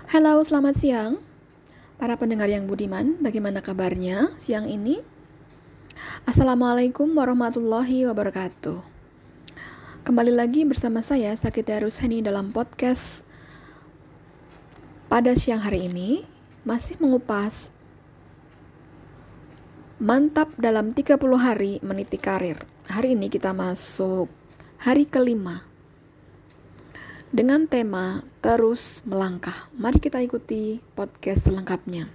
Halo, selamat siang. Para pendengar yang budiman, bagaimana kabarnya siang ini? Assalamualaikum warahmatullahi wabarakatuh. Kembali lagi bersama saya, Sakiti Heni dalam podcast pada siang hari ini, masih mengupas mantap dalam 30 hari meniti karir. Hari ini kita masuk hari kelima dengan tema terus melangkah. Mari kita ikuti podcast selengkapnya.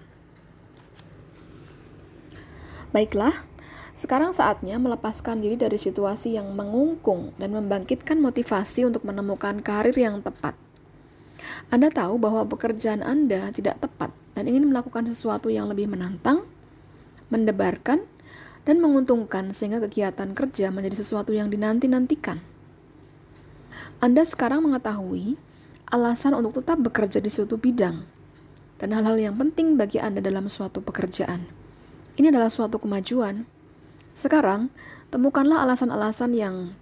Baiklah, sekarang saatnya melepaskan diri dari situasi yang mengungkung dan membangkitkan motivasi untuk menemukan karir yang tepat. Anda tahu bahwa pekerjaan Anda tidak tepat dan ingin melakukan sesuatu yang lebih menantang, mendebarkan, dan menguntungkan sehingga kegiatan kerja menjadi sesuatu yang dinanti-nantikan. Anda sekarang mengetahui alasan untuk tetap bekerja di suatu bidang dan hal-hal yang penting bagi Anda dalam suatu pekerjaan. Ini adalah suatu kemajuan. Sekarang, temukanlah alasan-alasan yang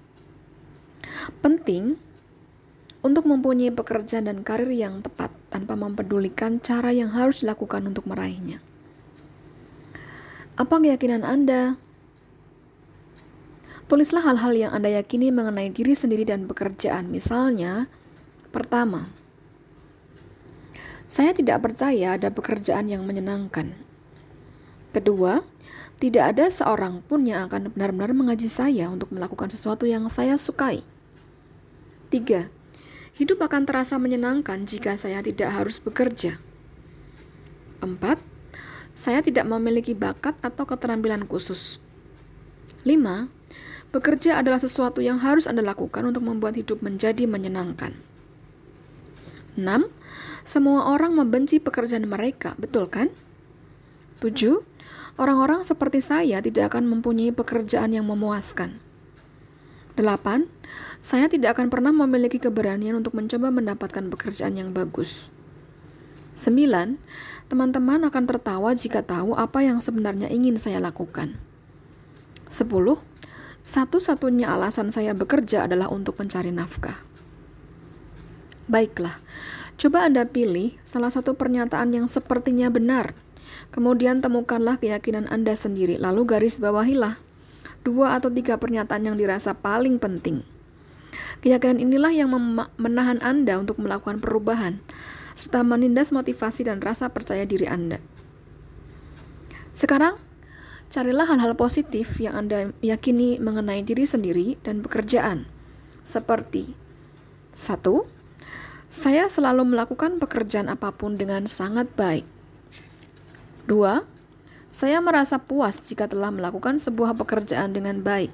penting untuk mempunyai pekerjaan dan karir yang tepat tanpa mempedulikan cara yang harus dilakukan untuk meraihnya. Apa keyakinan Anda? Tulislah hal-hal yang Anda yakini mengenai diri sendiri dan pekerjaan. Misalnya, pertama, saya tidak percaya ada pekerjaan yang menyenangkan. Kedua, tidak ada seorang pun yang akan benar-benar mengaji saya untuk melakukan sesuatu yang saya sukai. Tiga, hidup akan terasa menyenangkan jika saya tidak harus bekerja. Empat, saya tidak memiliki bakat atau keterampilan khusus. Lima, bekerja adalah sesuatu yang harus Anda lakukan untuk membuat hidup menjadi menyenangkan. 6. Semua orang membenci pekerjaan mereka, betul kan? 7. Orang-orang seperti saya tidak akan mempunyai pekerjaan yang memuaskan. 8. Saya tidak akan pernah memiliki keberanian untuk mencoba mendapatkan pekerjaan yang bagus. 9. Teman-teman akan tertawa jika tahu apa yang sebenarnya ingin saya lakukan. 10. Satu-satunya alasan saya bekerja adalah untuk mencari nafkah. Baiklah, coba Anda pilih salah satu pernyataan yang sepertinya benar. Kemudian temukanlah keyakinan Anda sendiri, lalu garis bawahilah 2 atau 3 pernyataan yang dirasa paling penting. Keyakinan inilah yang menahan Anda untuk melakukan perubahan, serta menindas motivasi dan rasa percaya diri Anda. Sekarang, carilah hal-hal positif yang Anda yakini mengenai diri sendiri dan pekerjaan. Seperti 1. Saya selalu melakukan pekerjaan apapun dengan sangat baik. 2. Saya merasa puas jika telah melakukan sebuah pekerjaan dengan baik.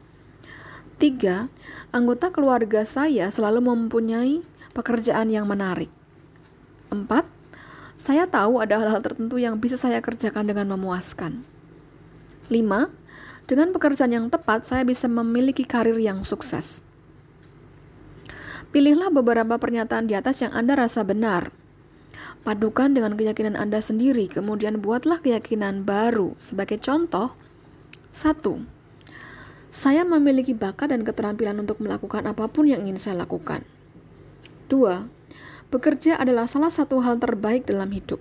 3. Anggota keluarga saya selalu mempunyai pekerjaan yang menarik. 4. Saya tahu ada hal-hal tertentu yang bisa saya kerjakan dengan memuaskan. 5. Dengan pekerjaan yang tepat, saya bisa memiliki karir yang sukses. Pilihlah beberapa pernyataan di atas yang Anda rasa benar. Padukan dengan keyakinan Anda sendiri, kemudian buatlah keyakinan baru. Sebagai contoh, 1. Saya memiliki bakat dan keterampilan untuk melakukan apapun yang ingin saya lakukan. 2. Bekerja adalah salah satu hal terbaik dalam hidup.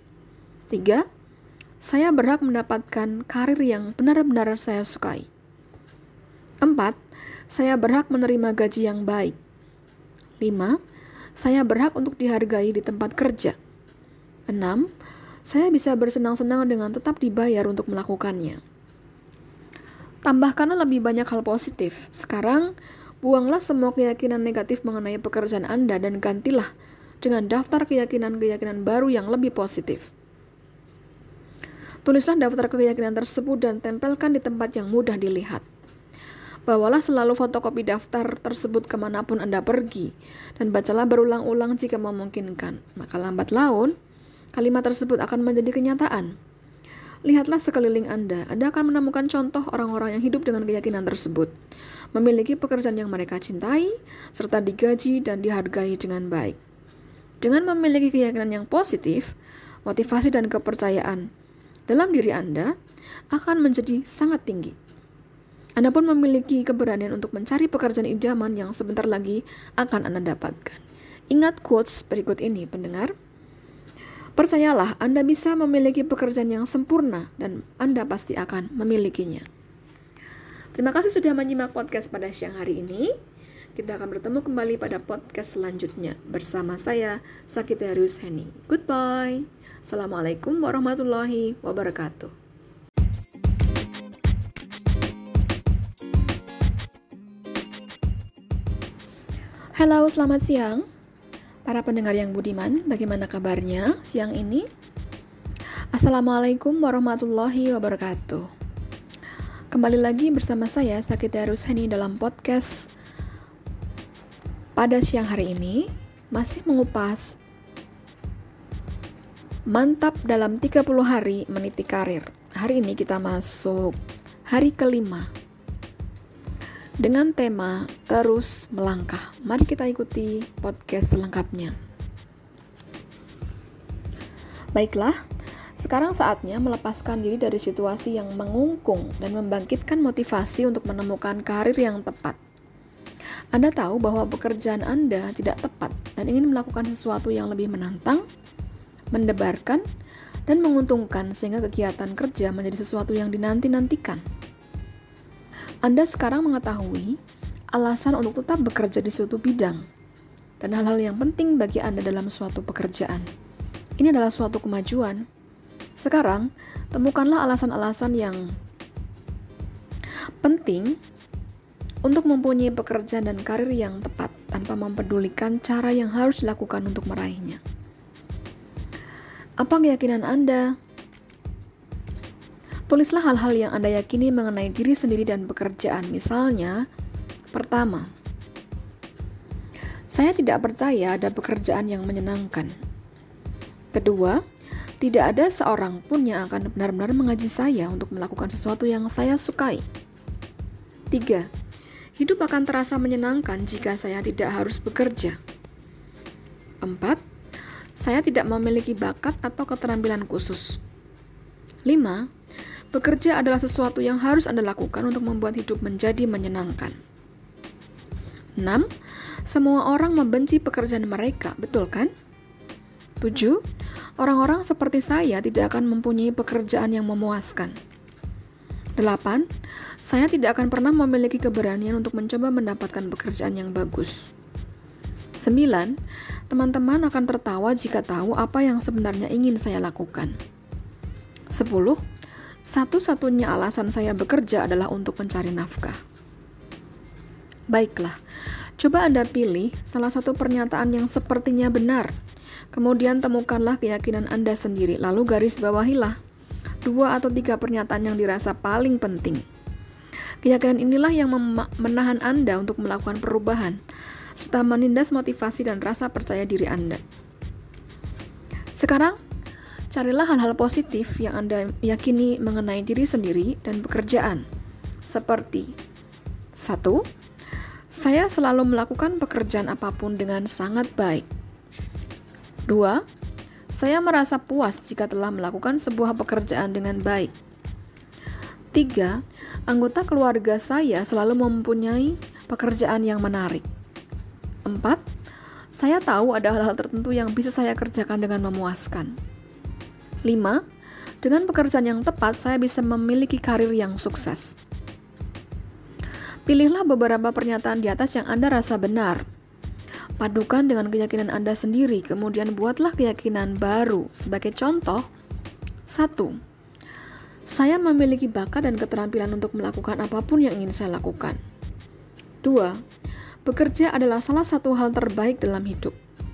3. Saya berhak mendapatkan karir yang benar-benar saya sukai. 4. Saya berhak menerima gaji yang baik. 5. Saya berhak untuk dihargai di tempat kerja. 6. Saya bisa bersenang-senang dengan tetap dibayar untuk melakukannya. Tambahkanlah lebih banyak hal positif. Sekarang, buanglah semua keyakinan negatif mengenai pekerjaan Anda dan gantilah dengan daftar keyakinan-keyakinan baru yang lebih positif. Tulislah daftar keyakinan tersebut dan tempelkan di tempat yang mudah dilihat. Bawalah selalu fotokopi daftar tersebut kemanapun Anda pergi, dan bacalah berulang-ulang jika memungkinkan. Maka lambat laun, kalimat tersebut akan menjadi kenyataan. Lihatlah sekeliling Anda akan menemukan contoh orang-orang yang hidup dengan keyakinan tersebut, memiliki pekerjaan yang mereka cintai, serta digaji dan dihargai dengan baik. Dengan memiliki keyakinan yang positif, motivasi dan kepercayaan dalam diri Anda akan menjadi sangat tinggi. Anda pun memiliki keberanian untuk mencari pekerjaan idaman yang sebentar lagi akan Anda dapatkan. Ingat quotes berikut ini, pendengar. Percayalah, Anda bisa memiliki pekerjaan yang sempurna dan Anda pasti akan memilikinya. Terima kasih sudah menyimak podcast pada siang hari ini. Kita akan bertemu kembali pada podcast selanjutnya bersama saya, Sagittarius Henny. Goodbye. Assalamualaikum warahmatullahi wabarakatuh. Halo, selamat siang. Para pendengar yang budiman, bagaimana kabarnya siang ini? Assalamualaikum warahmatullahi wabarakatuh. Kembali lagi bersama saya, Sagittarius Henny dalam podcast pada siang hari ini, masih mengupas mantap dalam 30 hari meniti karir. Hari ini kita masuk hari kelima dengan tema terus melangkah. Mari kita ikuti podcast selengkapnya. Baiklah, sekarang saatnya melepaskan diri dari situasi yang mengungkung dan membangkitkan motivasi untuk menemukan karir yang tepat. Anda tahu bahwa pekerjaan Anda tidak tepat dan ingin melakukan sesuatu yang lebih menantang, mendebarkan, dan menguntungkan sehingga kegiatan kerja menjadi sesuatu yang dinanti-nantikan. Anda sekarang mengetahui alasan untuk tetap bekerja di suatu bidang dan hal-hal yang penting bagi Anda dalam suatu pekerjaan. Ini adalah suatu kemajuan. Sekarang, temukanlah alasan-alasan yang penting untuk mempunyai pekerjaan dan karir yang tepat tanpa mempedulikan cara yang harus dilakukan untuk meraihnya. Apa keyakinan Anda? Tulislah hal-hal yang Anda yakini mengenai diri sendiri dan pekerjaan. Misalnya, pertama, saya tidak percaya ada pekerjaan yang menyenangkan. Kedua, tidak ada seorang pun yang akan benar-benar mengaji saya untuk melakukan sesuatu yang saya sukai. Tiga, hidup akan terasa menyenangkan jika saya tidak harus bekerja. Empat, saya tidak memiliki bakat atau keterampilan khusus. Lima, bekerja adalah sesuatu yang harus Anda lakukan untuk membuat hidup menjadi menyenangkan. 6. Semua orang membenci pekerjaan mereka, betul kan? 7. Orang-orang seperti saya tidak akan mempunyai pekerjaan yang memuaskan. 8. Saya tidak akan pernah memiliki keberanian untuk mencoba mendapatkan pekerjaan yang bagus. 9. Teman-teman akan tertawa jika tahu apa yang sebenarnya ingin saya lakukan. 10. Satu-satunya alasan saya bekerja adalah untuk mencari nafkah. Baiklah, coba Anda pilih salah satu pernyataan yang sepertinya benar. Kemudian temukanlah keyakinan Anda sendiri, lalu garis bawahilah 2 atau 3 pernyataan yang dirasa paling penting. Keyakinan inilah yang menahan Anda untuk melakukan perubahan, serta menindas motivasi dan rasa percaya diri Anda. Sekarang, carilah hal-hal positif yang Anda yakini mengenai diri sendiri dan pekerjaan. Seperti 1. Saya selalu melakukan pekerjaan apapun dengan sangat baik. 2. Saya merasa puas jika telah melakukan sebuah pekerjaan dengan baik. 3. Anggota keluarga saya selalu mempunyai pekerjaan yang menarik. 4. Saya tahu ada hal-hal tertentu yang bisa saya kerjakan dengan memuaskan. 5. Dengan pekerjaan yang tepat, saya bisa memiliki karir yang sukses. Pilihlah beberapa pernyataan di atas yang Anda rasa benar. Padukan dengan keyakinan Anda sendiri, kemudian buatlah keyakinan baru. Sebagai contoh, 1. Saya memiliki bakat dan keterampilan untuk melakukan apapun yang ingin saya lakukan. 2. Bekerja adalah salah satu hal terbaik dalam hidup.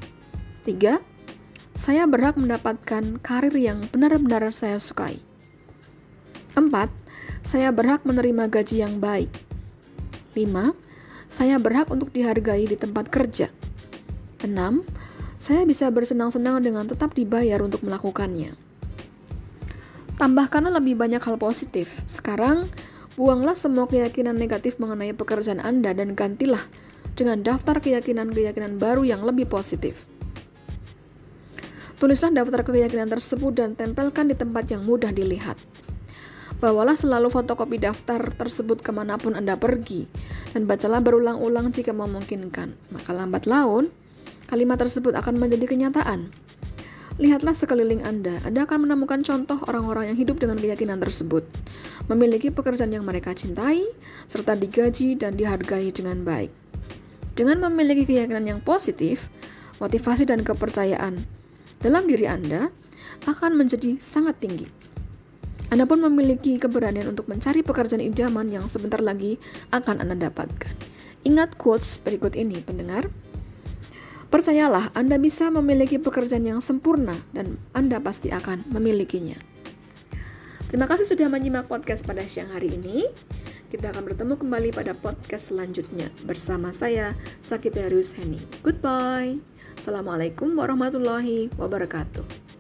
3. Saya berhak mendapatkan karir yang benar-benar saya sukai. 4. Saya berhak menerima gaji yang baik. 5. Saya berhak untuk dihargai di tempat kerja. 6. Saya bisa bersenang-senang dengan tetap dibayar untuk melakukannya. Tambahkanlah lebih banyak hal positif. Sekarang, buanglah semua keyakinan negatif mengenai pekerjaan Anda dan gantilah dengan daftar keyakinan-keyakinan baru yang lebih positif. Tulislah daftar keyakinan tersebut dan tempelkan di tempat yang mudah dilihat. Bawalah selalu fotokopi daftar tersebut kemanapun Anda pergi, dan bacalah berulang-ulang jika memungkinkan. Maka lambat laun, kalimat tersebut akan menjadi kenyataan. Lihatlah sekeliling Anda akan menemukan contoh orang-orang yang hidup dengan keyakinan tersebut, memiliki pekerjaan yang mereka cintai, serta digaji dan dihargai dengan baik. Dengan memiliki keyakinan yang positif, motivasi dan kepercayaan dalam diri Anda akan menjadi sangat tinggi. Anda pun memiliki keberanian untuk mencari pekerjaan idaman yang sebentar lagi akan Anda dapatkan. Ingat quotes berikut ini, pendengar. Percayalah, Anda bisa memiliki pekerjaan yang sempurna dan Anda pasti akan memilikinya. Terima kasih sudah menyimak podcast pada siang hari ini. Kita akan bertemu kembali pada podcast selanjutnya bersama saya, Sagittarius Henny. Goodbye. Assalamualaikum warahmatullahi wabarakatuh.